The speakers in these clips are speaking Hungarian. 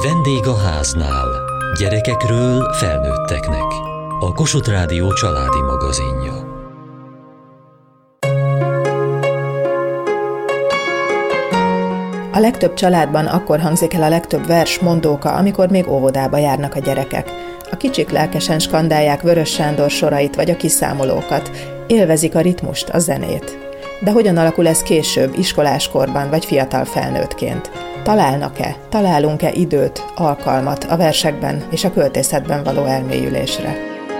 Vendég a háznál. Gyerekekről felnőtteknek. A Kossuth Rádió családi magazinja. A legtöbb családban akkor hangzik el a legtöbb vers, mondóka, amikor még óvodába járnak a gyerekek. A kicsik lelkesen skandálják Vörös Sándor sorait vagy a kiszámolókat, élvezik a ritmust, a zenét. De hogyan alakul ez később, iskoláskorban vagy fiatal felnőttként? Találunk-e időt, alkalmat a versekben és a költészetben való elmélyülésre?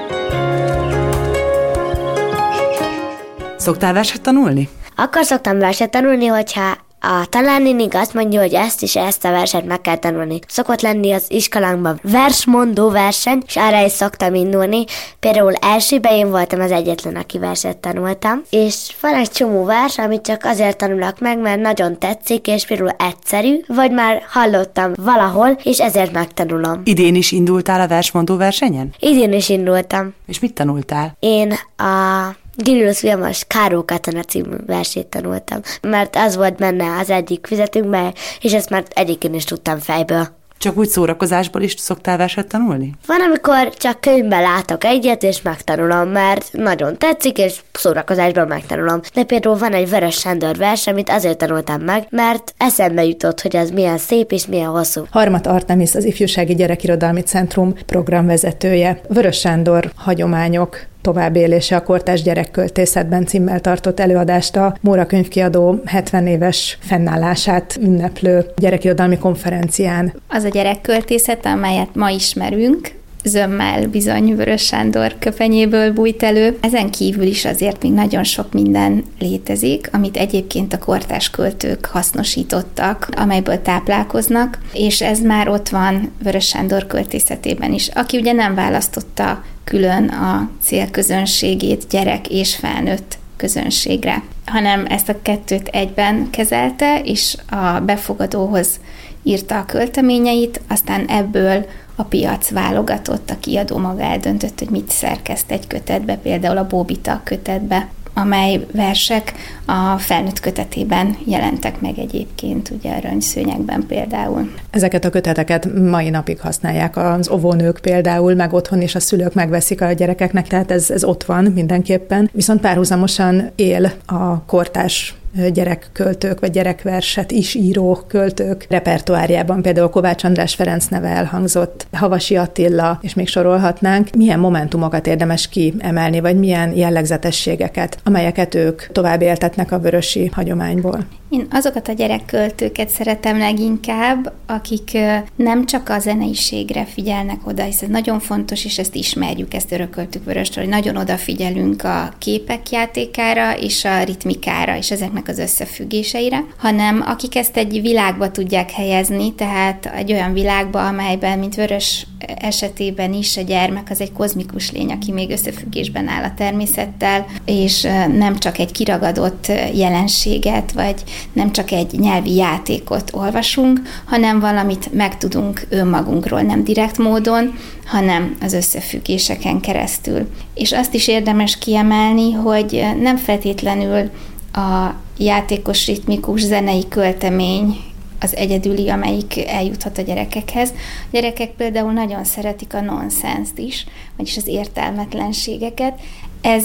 Szoktál verset tanulni? Akkor szoktam verset tanulni, hogyha a tanárnénink azt mondja, hogy ezt és ezt a verset meg kell tanulni. Szokott lenni az iskolánkban versmondó verseny, és arra is szoktam indulni. Például elsőben én voltam az egyetlen, aki verset tanultam. És van egy csomó vers, amit csak azért tanulok meg, mert nagyon tetszik, és például egyszerű, vagy már hallottam valahol, és ezért megtanulom. Idén is indultál a versmondó versenyen? Idén is indultam. És mit tanultál? Én a Gilius Vilmos Káró Katona című versét tanultam, mert az volt benne az egyik füzetünkben, és ezt már egyikén is tudtam fejből. Csak úgy szórakozásból is szoktál verset tanulni? Van, amikor csak könyvben látok egyet, és megtanulom, mert nagyon tetszik, és szórakozásból megtanulom. De például van egy Vörös Sándor vers, amit azért tanultam meg, mert eszembe jutott, hogy az milyen szép és milyen hosszú. Harmat Artemisz, az Ifjúsági Gyerekirodalmi Centrum programvezetője. Vörös Sándor hagyományok továbbélése a kortárs gyerekköltészetben címmel tartott előadást a Móra Könyvkiadó 70 éves fennállását ünneplő gyerekirodalmi konferencián. Az a gyerekköltészet, amelyet ma ismerünk, zömmel bizony Vörös Sándor köpenyéből bújt elő. Ezen kívül is azért még nagyon sok minden létezik, amit egyébként a kortárs költők hasznosítottak, amelyből táplálkoznak, és ez már ott van Vörös Sándor költészetében is. Aki ugye nem választotta külön a célközönségét gyerek és felnőtt közönségre, hanem ezt a kettőt egyben kezelte, és a befogadóhoz írta a költeményeit, aztán ebből a piac válogatott, a kiadó maga eldöntött, hogy mit szerkeszt egy kötetbe, például a Bóbita kötetbe, amely versek a felnőtt kötetében jelentek meg egyébként, ugye a Aranyszőnyegben például. Ezeket a köteteket mai napig használják az óvónők például, meg otthon is a szülők megveszik a gyerekeknek, tehát ez ott van mindenképpen. Viszont párhuzamosan él a kortárs gyerekköltők, vagy gyerekverset is író költők repertoárjában, például Kovács András Ferenc neve elhangzott, Havasi Attila, és még sorolhatnánk. Milyen momentumokat érdemes kiemelni, vagy milyen jellegzetességeket, amelyeket ők tovább éltetnek a vörösi hagyományból? Én azokat a gyerekköltőket szeretem leginkább, akik nem csak a zeneiségre figyelnek oda, hisz ez nagyon fontos, és ezt ismerjük, ezt örököltük Vöröstől, hogy nagyon odafigyelünk a képek játékára és a ritmikára, és ezeknek az összefüggéseire, hanem akik ezt egy világba tudják helyezni, tehát egy olyan világba, amelyben, mint Vörös esetében is, a gyermek az egy kozmikus lény, aki még összefüggésben áll a természettel, és nem csak egy kiragadott jelenséget, vagy nem csak egy nyelvi játékot olvasunk, hanem valamit megtudunk önmagunkról, nem direkt módon, hanem az összefüggéseken keresztül. És azt is érdemes kiemelni, hogy nem feltétlenül a játékos, ritmikus zenei költemény az egyedüli, amelyik eljuthat a gyerekekhez. A gyerekek például nagyon szeretik a nonsenszt is, vagyis az értelmetlenségeket. Ez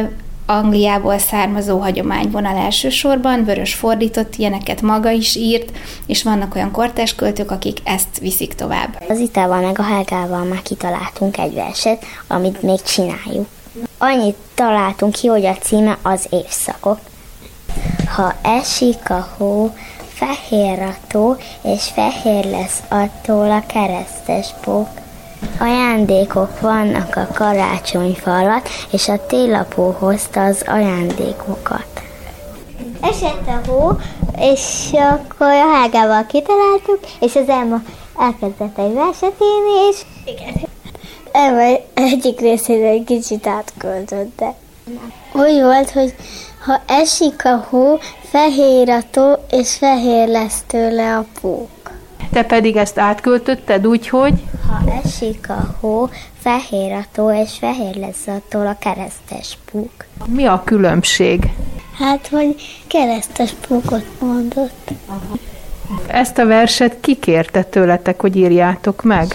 Angliából származó hagyományvonal elsősorban, Vörös fordított ilyeneket, maga is írt, és vannak olyan kortárs költők, akik ezt viszik tovább. Az Itával meg a Helgával már kitaláltunk egy verset, amit még csináljuk. Annyit találtunk ki, hogy a címe az évszakok. Ha esik a hó, fehér a tó, és fehér lesz attól a keresztes pók. Ajándékok vannak a karácsonyfa alatt, és a télapó hozta az ajándékokat. Esett a hó, és akkor a Helgával kitaláltuk, és az Elma elkezdett egy verset írni, és igen. Elma egyik részére egy kicsit átköltötte. Úgy volt, hogy ha esik a hó, fehér a tó, és fehér lesz tőle a pók. Te pedig ezt átköltötted úgy, hogy? Ha esik a hó, fehér a tó, és fehér lesz attól a keresztes pók. Mi a különbség? Hát, hogy keresztes pókot mondott. Ezt a verset ki kérte tőletek, hogy írjátok meg?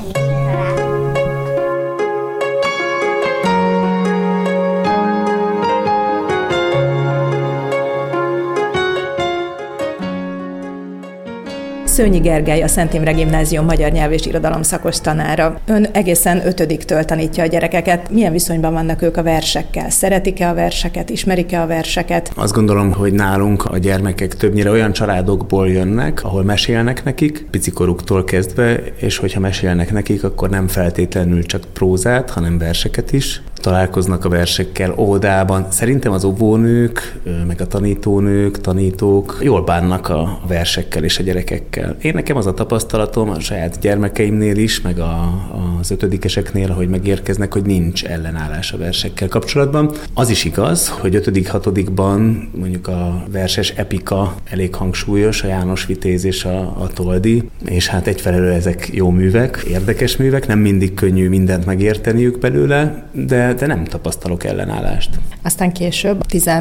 Szőnyi Gergely, a Szent Imre Gimnázium magyar nyelv és irodalom szakos tanára. Ön egészen 5-től tanítja a gyerekeket. Milyen viszonyban vannak ők a versekkel? Szeretik-e a verseket? Ismerik-e a verseket? Azt gondolom, hogy nálunk a gyermekek többnyire olyan családokból jönnek, ahol mesélnek nekik, picikoruktól kezdve, és hogyha mesélnek nekik, akkor nem feltétlenül csak prózát, hanem verseket is. Találkoznak a versekkel óvodában. Szerintem az óvónők, meg a tanítónők, tanítók jól bánnak a versekkel és a gyerekekkel. Én nekem az a tapasztalatom a saját gyermekeimnél is, meg az 5-eseknél, ahogy megérkeznek, hogy nincs ellenállás a versekkel kapcsolatban. Az is igaz, hogy 5.-6. mondjuk a verses epika elég hangsúlyos, a János Vitéz és a Toldi, és hát egyfelelő ezek jó művek, érdekes művek, nem mindig könnyű mindent megérteniük belőle, de nem tapasztalok ellenállást. Aztán később,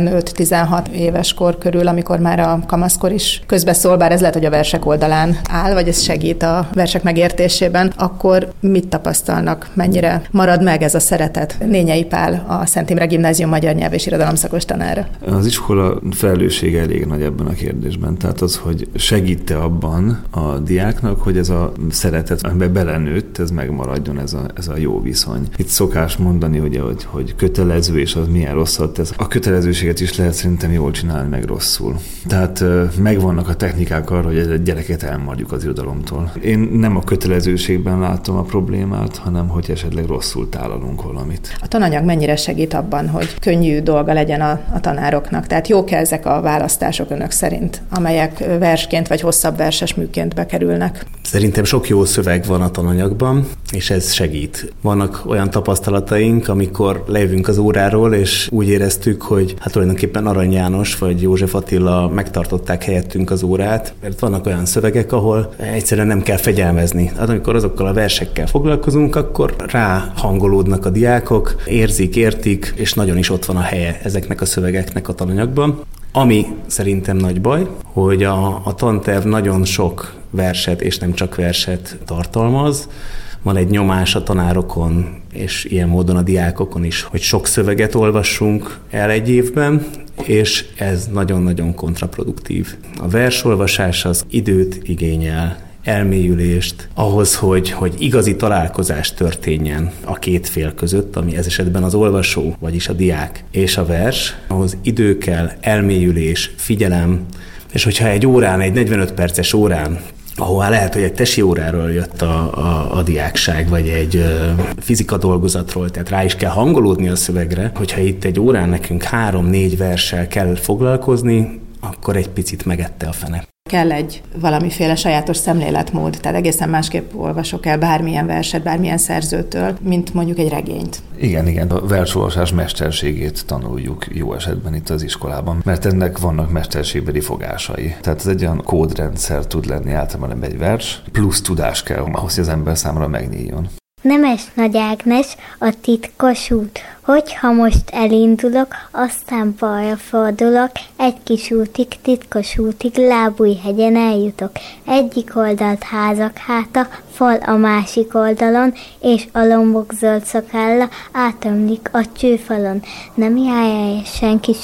15-16 éves kor körül, amikor már a kamaszkor is közbeszól, bár ez lehet, hogy a versek oldalán áll, vagy ez segít a versek megértésében, akkor mit tapasztalnak, mennyire marad meg ez a szeretet? Nényei Pál, a Szent Imre Gimnázium magyar nyelv és irodalom szakos tanára. Az iskola felelőssége elég nagy ebben a kérdésben. Tehát az, hogy segít-e abban a diáknak, hogy ez a szeretet, amiben belenőtt, ez megmaradjon, ez a jó viszony. Itt szokás mondani, ugye, hogy kötelező, és az milyen rosszat tesz. A kötelezőséget is lehet szerintem jól csinálni, meg rosszul. Tehát megvannak a technikák arra, hogy egy gyereket elmarjuk az irodalomtól. Én nem a kötelezőségben látom a problémát, hanem hogy esetleg rosszul tálalunk valamit. A tananyag mennyire segít abban, hogy könnyű dolga legyen a tanároknak? Tehát jók-e ezek a választások önök szerint, amelyek versként vagy hosszabb verses műként bekerülnek? Szerintem sok jó szöveg van a tananyagban, és ez segít. Vannak olyan tapasztalataink, amikor lejövünk az óráról, és úgy éreztük, hogy hát tulajdonképpen Arany János vagy József Attila megtartották helyettünk az órát, mert vannak olyan szövegek, ahol egyszerűen nem kell fegyelmezni. Hát amikor azokkal a versekkel foglalkozunk, akkor ráhangolódnak a diákok, érzik, értik, és nagyon is ott van a helye ezeknek a szövegeknek a tananyagban. Ami szerintem nagy baj, hogy a tanterv nagyon sok verset, és nem csak verset tartalmaz. Van egy nyomás a tanárokon, és ilyen módon a diákokon is, hogy sok szöveget olvassunk el egy évben, és ez nagyon-nagyon kontraproduktív. A versolvasás az időt igényel, elmélyülést, ahhoz, hogy igazi találkozás történjen a két fél között, ami ez esetben az olvasó, vagyis a diák és a vers, ahhoz idő kell, elmélyülés, figyelem, és hogyha egy órán, egy 45 perces órán, ahová lehet, hogy egy tesi óráról jött a diákság, vagy egy fizika dolgozatról, tehát rá is kell hangolódni a szövegre, hogyha itt egy órán nekünk 3-4 verssel kell foglalkozni, akkor egy picit megette a fene. Kell egy valamiféle sajátos szemléletmód, tehát egészen másképp olvasok el bármilyen verset, bármilyen szerzőtől, mint mondjuk egy regényt. Igen, a versolvasás mesterségét tanuljuk jó esetben itt az iskolában, mert ennek vannak mesterségbeli fogásai. Tehát ez egy olyan kódrendszer tud lenni általában egy vers, plusz tudás kell ahhoz, hogy az ember számára megnyíljon. Nemes Nagy Ágnes, a titkos út. Hogyha most elindulok, aztán balra fordulok, egy kis útig, titkos útig, Lábújhegyen eljutok. Egyik oldalt házak háta, fal a másik oldalon, és a lombok zöld szakálla átömlik a csőfalon. Nem járja senki,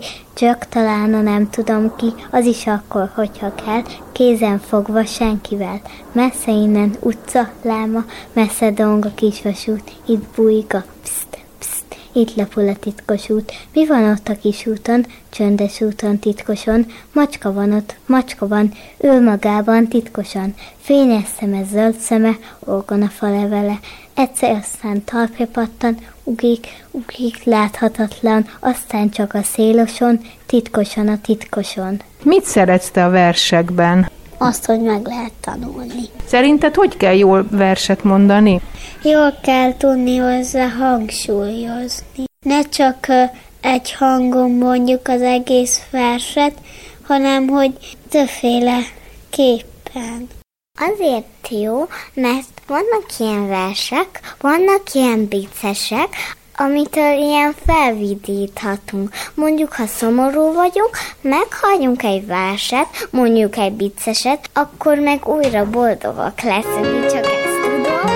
csak talán a nem tudom ki, az is akkor, hogyha kell, kézen fogva senkivel. Messze innen utca, láma, messze dong a kisvasút, itt bújik pszt, pszt, itt lapul a titkos út. Mi van ott a kis úton, csöndes úton, titkoson? Macska van ott, macska van, ül magában titkosan. Fényes szeme, zöld szeme, orgon a fa levele. Egyszer aztán talpra pattan, ugik, láthatatlan, aztán csak a széloson, titkosan a titkoson. Mit szeretsz te a versekben? Azt, hogy meg lehet tanulni. Szerinted hogy kell jól verset mondani? Jól kell tudni hozzá hangsúlyozni. Ne csak egy hangon mondjuk az egész verset, hanem hogy többféle képen. Azért jó, mert vannak ilyen versek, vannak ilyen viccesek, amitől ilyen felvidíthatunk. Mondjuk, ha szomorú vagyunk, meghalljunk egy verset, mondjuk egy vicceset, akkor meg újra boldogak leszünk, én csak ezt tudom.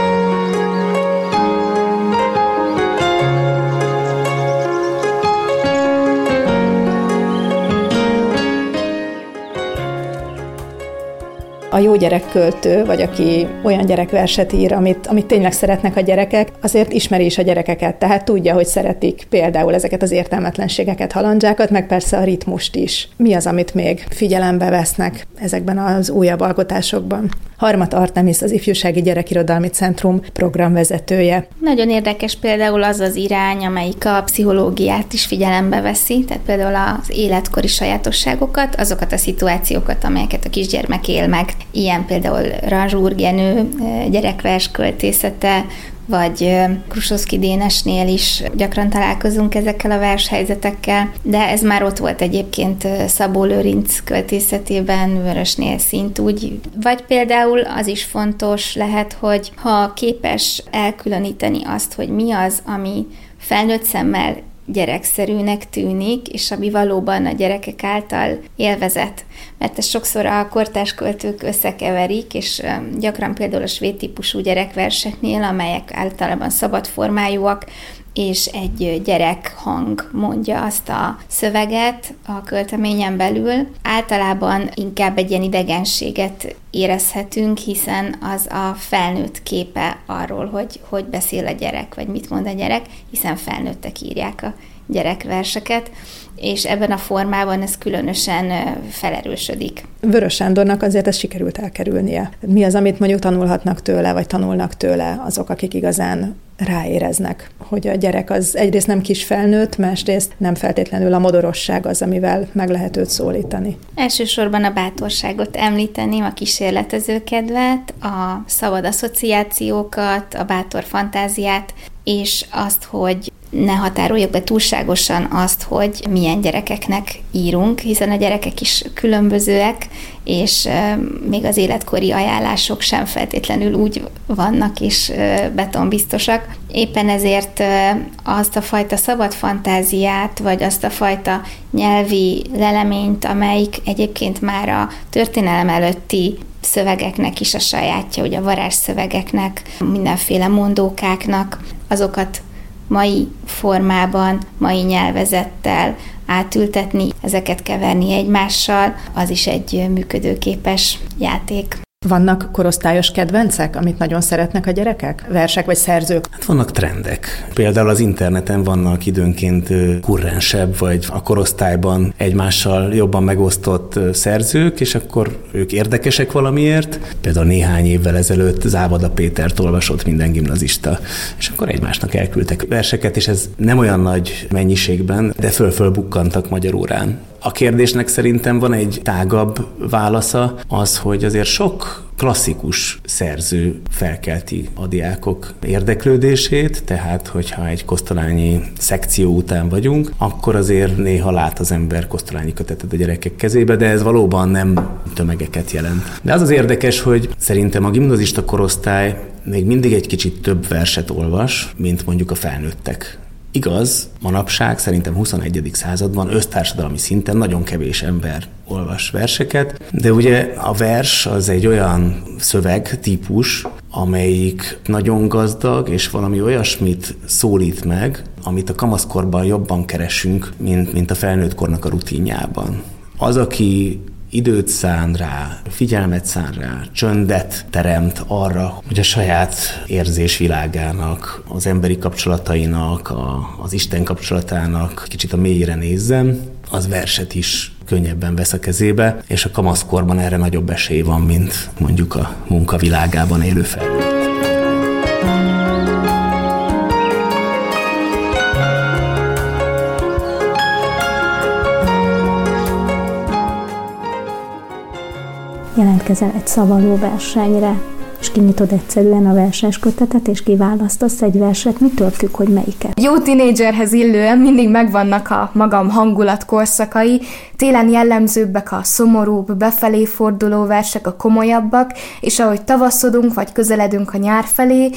A jó gyerekköltő, vagy aki olyan gyerekverset ír, amit tényleg szeretnek a gyerekek, azért ismeri is a gyerekeket, tehát tudja, hogy szeretik például ezeket az értelmetlenségeket, halandzsákat, meg persze a ritmust is. Mi az, amit még figyelembe vesznek ezekben az újabb alkotásokban? Harmat Artemis, az Ifjúsági Gyerekirodalmi Centrum programvezetője. Nagyon érdekes például az az irány, amelyik a pszichológiát is figyelembe veszi, tehát például az életkori sajátosságokat, azokat a szituációkat, amelyeket a kisgyermek él meg. Ilyen például Ranzsúr Genő gyerekvers költészete, vagy Krusovszky Dénesnél is gyakran találkozunk ezekkel a vershelyzetekkel, de ez már ott volt egyébként Szabó Lőrinc költészetében, Vörösnél szintúgy. Vagy például az is fontos lehet, hogy ha képes elkülöníteni azt, hogy mi az, ami felnőtt szemmel gyerekszerűnek tűnik, és ami valóban a gyerekek által élvezett. Mert ezt sokszor a kortárs költők összekeverik, és gyakran például a svéd típusú gyerekverseknél, amelyek általában szabad formájúak, és egy gyerekhang mondja azt a szöveget a költeményen belül. Általában inkább egy ilyen idegenséget érezhetünk, hiszen az a felnőtt képe arról, hogy beszél a gyerek, vagy mit mond a gyerek, hiszen felnőttek írják a gyerekverseket, és ebben a formában ez különösen felerősödik. Vörös Sándornak azért ezt sikerült elkerülnie. Mi az, amit mondjuk tanulhatnak tőle, vagy tanulnak tőle azok, akik igazán ráéreznek, hogy a gyerek az egyrészt nem kis felnőtt, másrészt nem feltétlenül a modorosság az, amivel meg lehet őt szólítani. Elsősorban a bátorságot említeném, a kísérletező kedvet, a szabad asszociációkat, a bátor fantáziát, és azt, hogy ne határoljuk be túlságosan azt, hogy milyen gyerekeknek írunk, hiszen a gyerekek is különbözőek, és még az életkori ajánlások sem feltétlenül úgy vannak és betonbiztosak. Éppen ezért azt a fajta szabad fantáziát, vagy azt a fajta nyelvi leleményt, amelyik egyébként már a történelem előtti szövegeknek is a sajátja, ugye a varázsszövegeknek, mindenféle mondókáknak, azokat mai formában, mai nyelvezettel átültetni, ezeket keverni egymással, az is egy működőképes játék. Vannak korosztályos kedvencek, amit nagyon szeretnek a gyerekek? Versek vagy szerzők? Hát vannak trendek. Például az interneten vannak időnként kurrensebb, vagy a korosztályban egymással jobban megosztott szerzők, és akkor ők érdekesek valamiért. Például néhány évvel ezelőtt Závada Pétert olvasott minden gimnazista, és akkor egymásnak elküldtek verseket, és ez nem olyan nagy mennyiségben, de föl-fölbukkantak magyar órán. A kérdésnek szerintem van egy tágabb válasza, az, hogy azért sok klasszikus szerző felkelti a diákok érdeklődését, tehát hogyha egy Kosztolányi szekció után vagyunk, akkor azért néha lát az ember Kosztolányi kötetet a gyerekek kezébe, de ez valóban nem tömegeket jelent. De az érdekes, hogy szerintem a gimnazista korosztály még mindig egy kicsit több verset olvas, mint mondjuk a felnőttek. Igaz, manapság szerintem 21. században össztársadalmi szinten nagyon kevés ember olvas verseket, de ugye a vers az egy olyan szövegtípus, amelyik nagyon gazdag, és valami olyasmit szólít meg, amit a kamaszkorban jobban keresünk, mint a felnőttkornak a rutinjában. Az, aki időt szán rá, figyelmet szán rá, csöndet teremt arra, hogy a saját érzésvilágának, az emberi kapcsolatainak, az Isten kapcsolatának kicsit a mélyére nézzem, az verset is könnyebben vesz a kezébe, és a kamaszkorban erre nagyobb esély van, mint mondjuk a munkavilágában élő felnőtt. Jelentkezel egy szavaló versenyre, és kinyitod egyszerűen a verseskötetet, és kiválasztasz egy verset, mitől függ, hogy melyiket? Jó tinédzserhez illően mindig megvannak a magam hangulatkorszakai, télen jellemzőbbek a szomorúbb, befelé forduló versek, a komolyabbak, és ahogy tavaszodunk, vagy közeledünk a nyár felé,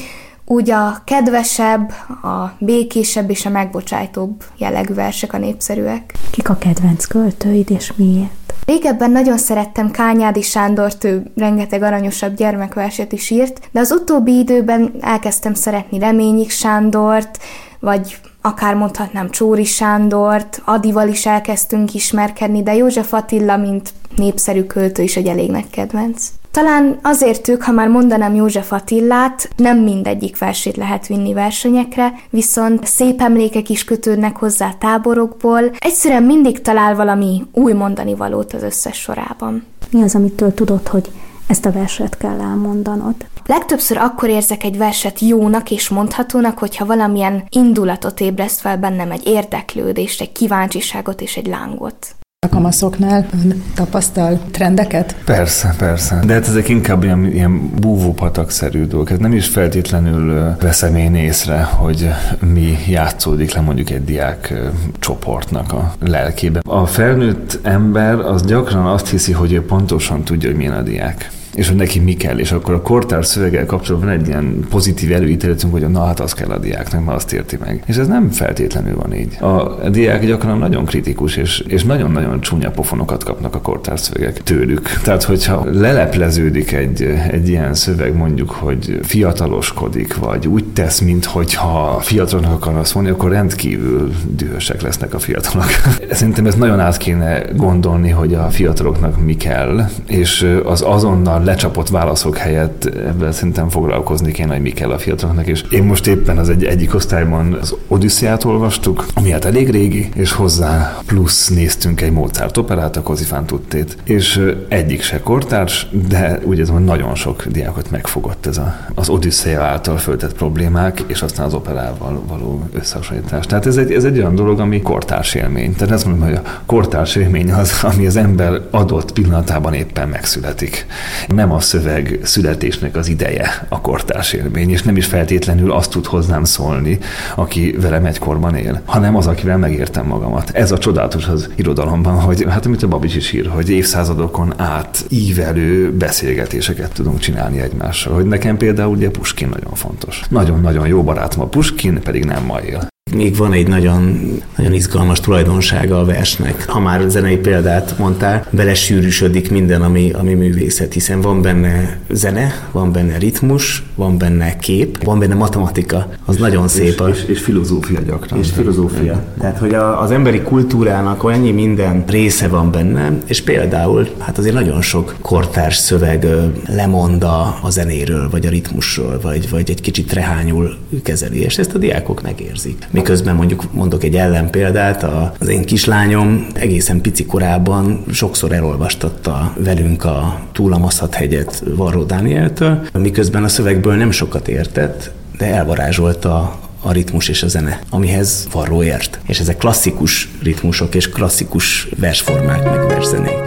úgy a kedvesebb, a békésebb és a megbocsájtóbb jellegű versek a népszerűek. Kik a kedvenc költőid és miért? Régebben nagyon szerettem Kányádi Sándort, ő rengeteg aranyosabb gyermekverset is írt, de az utóbbi időben elkezdtem szeretni Reményik Sándort, vagy akár mondhatnám Csóri Sándort, Adival is elkezdtünk ismerkedni, de József Attila, mint népszerű költő is egy elég nagy kedvenc. Talán azért ők, ha már mondanám József Attilát, nem mindegyik versét lehet vinni versenyekre, viszont szép emlékek is kötődnek hozzá táborokból. Egyszerűen mindig talál valami új mondani valót az összes sorában. Mi az, amitől tudod, hogy ezt a verset kell elmondanod? Legtöbbször akkor érzek egy verset jónak és mondhatónak, hogyha valamilyen indulatot ébreszt fel bennem, egy érdeklődést, egy kíváncsiságot és egy lángot. A kamaszoknál tapasztal trendeket? Persze. De hát ezek inkább ilyen búvópatakszerű dolgok. Nem is feltétlenül veszem én észre, hogy mi játszódik le mondjuk egy diák csoportnak a lelkébe. A felnőtt ember az gyakran azt hiszi, hogy ő pontosan tudja, hogy milyen a diák, és hogy neki mi kell, és akkor a kortárs szöveggel kapcsolatban egy ilyen pozitív előítéletünk, hogy na hát az kell a diáknak, mert azt érti meg. És ez nem feltétlenül van így. A diák gyakran nagyon kritikus, és nagyon-nagyon csúnya pofonokat kapnak a kortárs szövegek tőlük. Tehát, hogyha lelepleződik egy ilyen szöveg, mondjuk, hogy fiataloskodik, vagy úgy tesz, minthogyha fiatalnak akarna szólni, akkor rendkívül dühösek lesznek a fiatalok. Szerintem ezt nagyon át kéne gondolni, hogy a fiataloknak mi kell, és az azonnal lecsapott válaszok helyett ebben szerintem foglalkozni kéne, hogy mi kell a fiataloknak, és én most éppen az egyik osztályban az Odüsszeiát olvastuk, ami hát elég régi, és hozzá plusz néztünk egy Mozart operát, a Così fan tuttét, és egyik se kortárs, de úgy érzem, hogy nagyon sok diákot megfogott ez az Odüsszeia által föltett problémák, és aztán az operával való összehasonlítás. Tehát ez egy olyan dolog, ami kortárs élmény. Tehát azt mondom, hogy a kortárs élmény az, ami az ember adott pillanatában éppen megszületik. Nem a szöveg születésnek az ideje a kortárs élmény, és nem is feltétlenül azt tud hozzám szólni, aki velem egykorban él, hanem az, akivel megértem magamat. Ez a csodálatos az irodalomban, hogy hát amit a Babics is ír, hogy évszázadokon át ívelő beszélgetéseket tudunk csinálni egymással. Hogy nekem például ugye Puskin nagyon fontos. Nagyon-nagyon jó barátom a Puskin, pedig nem ma él. Még van egy nagyon, nagyon izgalmas tulajdonsága a versnek. Ha már zenei példát mondtál, belesűrűsödik minden, ami művészet, hiszen van benne zene, van benne ritmus, van benne kép, van benne matematika, az nagyon szép. És filozófia gyakran. És filozófia. Tehát, hogy az emberi kultúrának annyi minden része van benne, és például, hát azért nagyon sok kortárs szöveg lemond a zenéről, vagy a ritmusról, vagy egy kicsit rehányul kezeli, és ezt a diákok megérzik. Miközben mondok egy ellenpéldát, az én kislányom egészen pici korában sokszor elolvastatta velünk a Túlamaszat-hegyet Varró Dánieltől, miközben a szövegből nem sokat értett, de elvarázsolta a ritmus és a zene, amihez Varró ért. És ezek klasszikus ritmusok és klasszikus versformák, meg verszenék.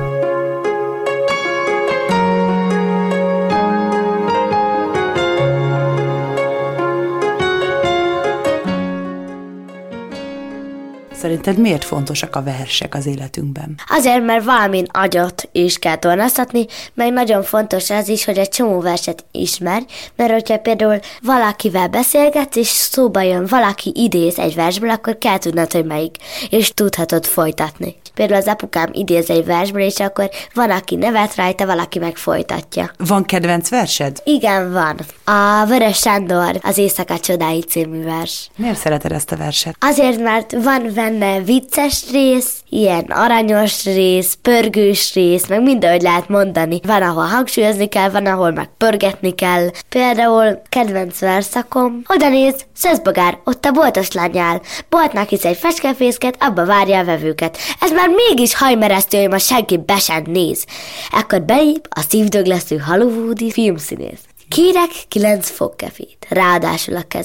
Szerinted miért fontosak a versek az életünkben? Azért, mert valamin agyat is kell tornáztatni, meg nagyon fontos az is, hogy egy csomó verset ismerj, mert hogyha például valakivel beszélgetsz, és szóba jön valaki idéz egy versből, akkor kell tudnod, hogy melyik, és tudhatod folytatni. Például az apukám idéz egy versből, és akkor van, aki nevet rajta, valaki meg folytatja. Van kedvenc versed? Igen, van. A Vörös Sándor, az Éjszaka csodái című vers. Miért szereted ezt a verset? Azért, mert van benne vicces rész, ilyen aranyos rész, pörgős rész, meg mindenhogy lehet mondani. Van, ahol hangsúlyozni kell, van, ahol meg pörgetni kell. Például kedvenc verszakom, oda néz, Szöszbogár, ott a boltos lány áll. Boltnak hisz egy fecskefészket, abba várja a vevőket. Ez már mégis hajmeresztő, hogy ma senki be sem néz. Ekkor belép a szívdöglesztő hollywoodi filmszínész. Kérek 9 fogkefét, ráadásul a kezét.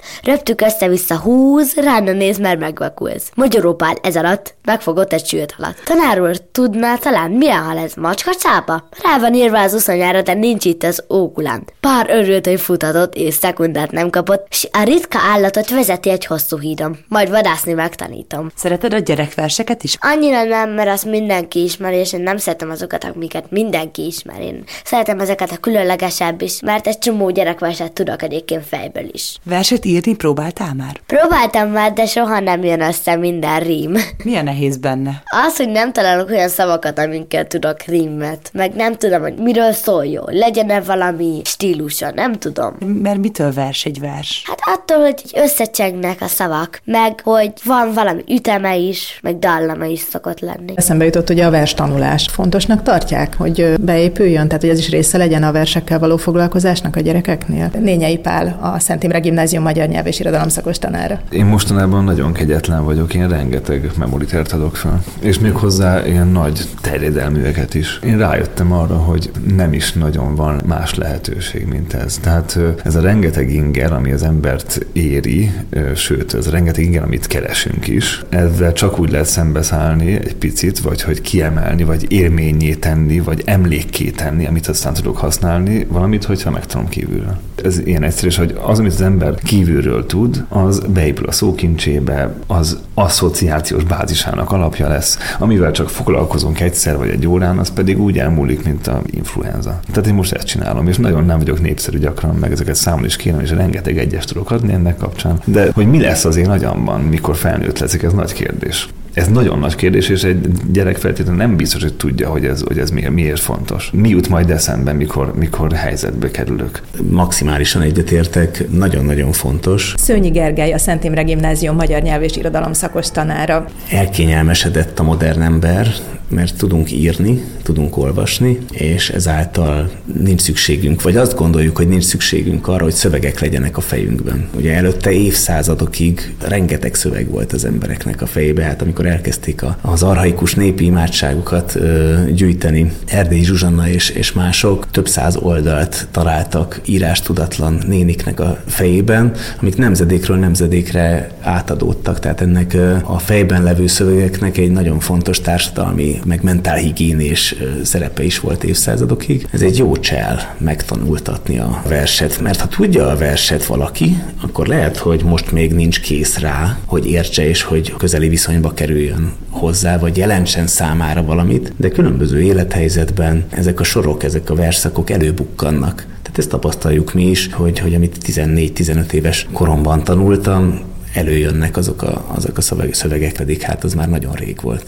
Röptük össze-vissza húz, rána néz, mert megvakulsz. Magyarópál ez alatt megfogott egy sült halat. Tanár úr, tudná talán milyen hal ez? Macskacsápa? Rá van írva az uszonyára, de nincs itt az ókulán. Pár örült, hogy futhatott, és szekundát nem kapott, s a ritka állatot vezeti egy hosszú hídon. Majd vadászni megtanítom. Szereted a gyerekverseket is? Annyira nem, mert azt mindenki ismeri, és én nem szeretem azokat, amiket mindenki ismer. Én szeretem ezeket a különlegesebb is, mert egy csomó gyerekverset tudok egyébként fejből is. Verset írni próbáltál már? Próbáltam már, de soha nem jön össze minden rím. Mi a nehéz benne? Az, hogy nem találok olyan szavakat, amikkel tudok rímet, meg nem tudom, hogy miről szóljon, legyen-e valami stílusa, nem tudom. Mert mitől vers egy vers? Hát attól, hogy összecsengnek a szavak, meg hogy van valami üteme is, meg dallama is szokott lenni. Eszembe jutott, hogy a vers tanulást fontosnak tartják, hogy beépüljön, tehát hogy ez is része legyen a versekkel való foglalkozásnak a gyerekeknél. Nényei Pál, a Szent Imre Gimnázium magyar nyelv és irodalom szakos tanára. Én mostanában nagyon kegyetlen vagyok, én rengeteg memoritert adok fel. És még hozzá ilyen nagy terjedelműeket is. Én rájöttem arra, hogy nem is nagyon van más lehetőség, mint ez. Tehát ez a rengeteg inger, ami az embert éri, sőt, ez a rengeteg inger, amit keresünk is, ezzel csak úgy lehet szembeszállni egy picit, vagy hogy kiemelni, vagy élményé tenni, vagy emlékké tenni, amit aztán tudok használni, valamit, hogyha megtanulom kívülről. Ez ilyen egyszerű, hogy az, amit az ember kívülről tud, az beépül a szókincsébe, az asszociációs bázisának alapja lesz, amivel csak foglalkozunk egyszer vagy egy órán, az pedig úgy elmúlik, mint a influenza. Tehát én most ezt csinálom, és nagyon nem vagyok népszerű gyakran, meg ezeket számol is kérem, és rengeteg egyes tudok adni ennek kapcsán. De hogy mi lesz az én agyamban, mikor felnőtt leszek, ez nagy kérdés. Ez nagyon nagy kérdés, és egy gyerek feltétlenül nem biztos, hogy tudja, hogy ez miért fontos. Mi jut majd eszembe, mikor helyzetbe kerülök. Maximálisan egyetértek, nagyon-nagyon fontos. Szőnyi Gergely, a Szent Imre Gimnázium magyar nyelv és irodalom szakos tanára. Elkényelmesedett a modern ember, mert tudunk írni, tudunk olvasni, és ezáltal nincs szükségünk, vagy azt gondoljuk, hogy nincs szükségünk arra, hogy szövegek legyenek a fejünkben. Ugye előtte évszázadokig rengeteg szöveg volt az embereknek a fejébe, hát amikor elkezdték az archaikus népi imádságokat gyűjteni, Erdélyi Zsuzsanna és mások több száz oldalt találtak írástudatlan néniknek a fejében, amik nemzedékről nemzedékre átadódtak, tehát ennek a fejben levő szövegeknek egy nagyon fontos társadalmi, meg mentálhigiénés szerepe is volt évszázadokig. Ez egy jó csel megtanultatni a verset, mert ha tudja a verset valaki, akkor lehet, hogy most még nincs kész rá, hogy értse és hogy közeli viszonyba kerüljön hozzá, vagy jelentsen számára valamit, de különböző élethelyzetben ezek a sorok, ezek a versszakok előbukkannak. Tehát ezt tapasztaljuk mi is, hogy amit 14-15 éves koromban tanultam, előjönnek azok a szövegek, pedig hát az már nagyon rég volt.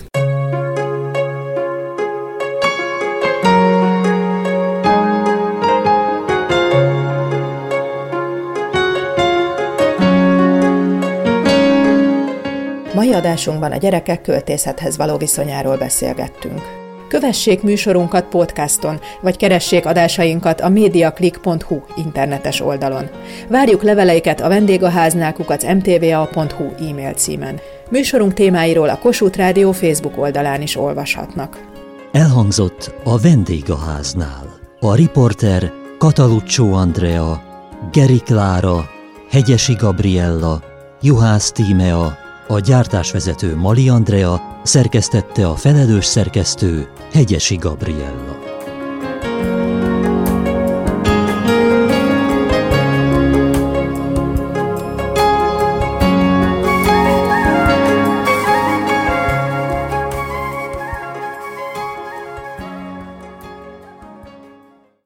Mai adásunkban a gyerekek költészethez való viszonyáról beszélgettünk. Kövessék műsorunkat podcaston, vagy keressék adásainkat a mediaclick.hu internetes oldalon. Várjuk leveleiket a vendégháznál@mtva.hu e-mail címen. Műsorunk témáiról a Kossuth Rádió Facebook oldalán is olvashatnak. Elhangzott a Vendégháznál. A riporter Kataluccio Andrea, Geri Klára, Hegyesi Gabriella, Juhász Tímea, a gyártásvezető Mali Andrea, szerkesztette a felelős szerkesztő Hegyesi Gabriella.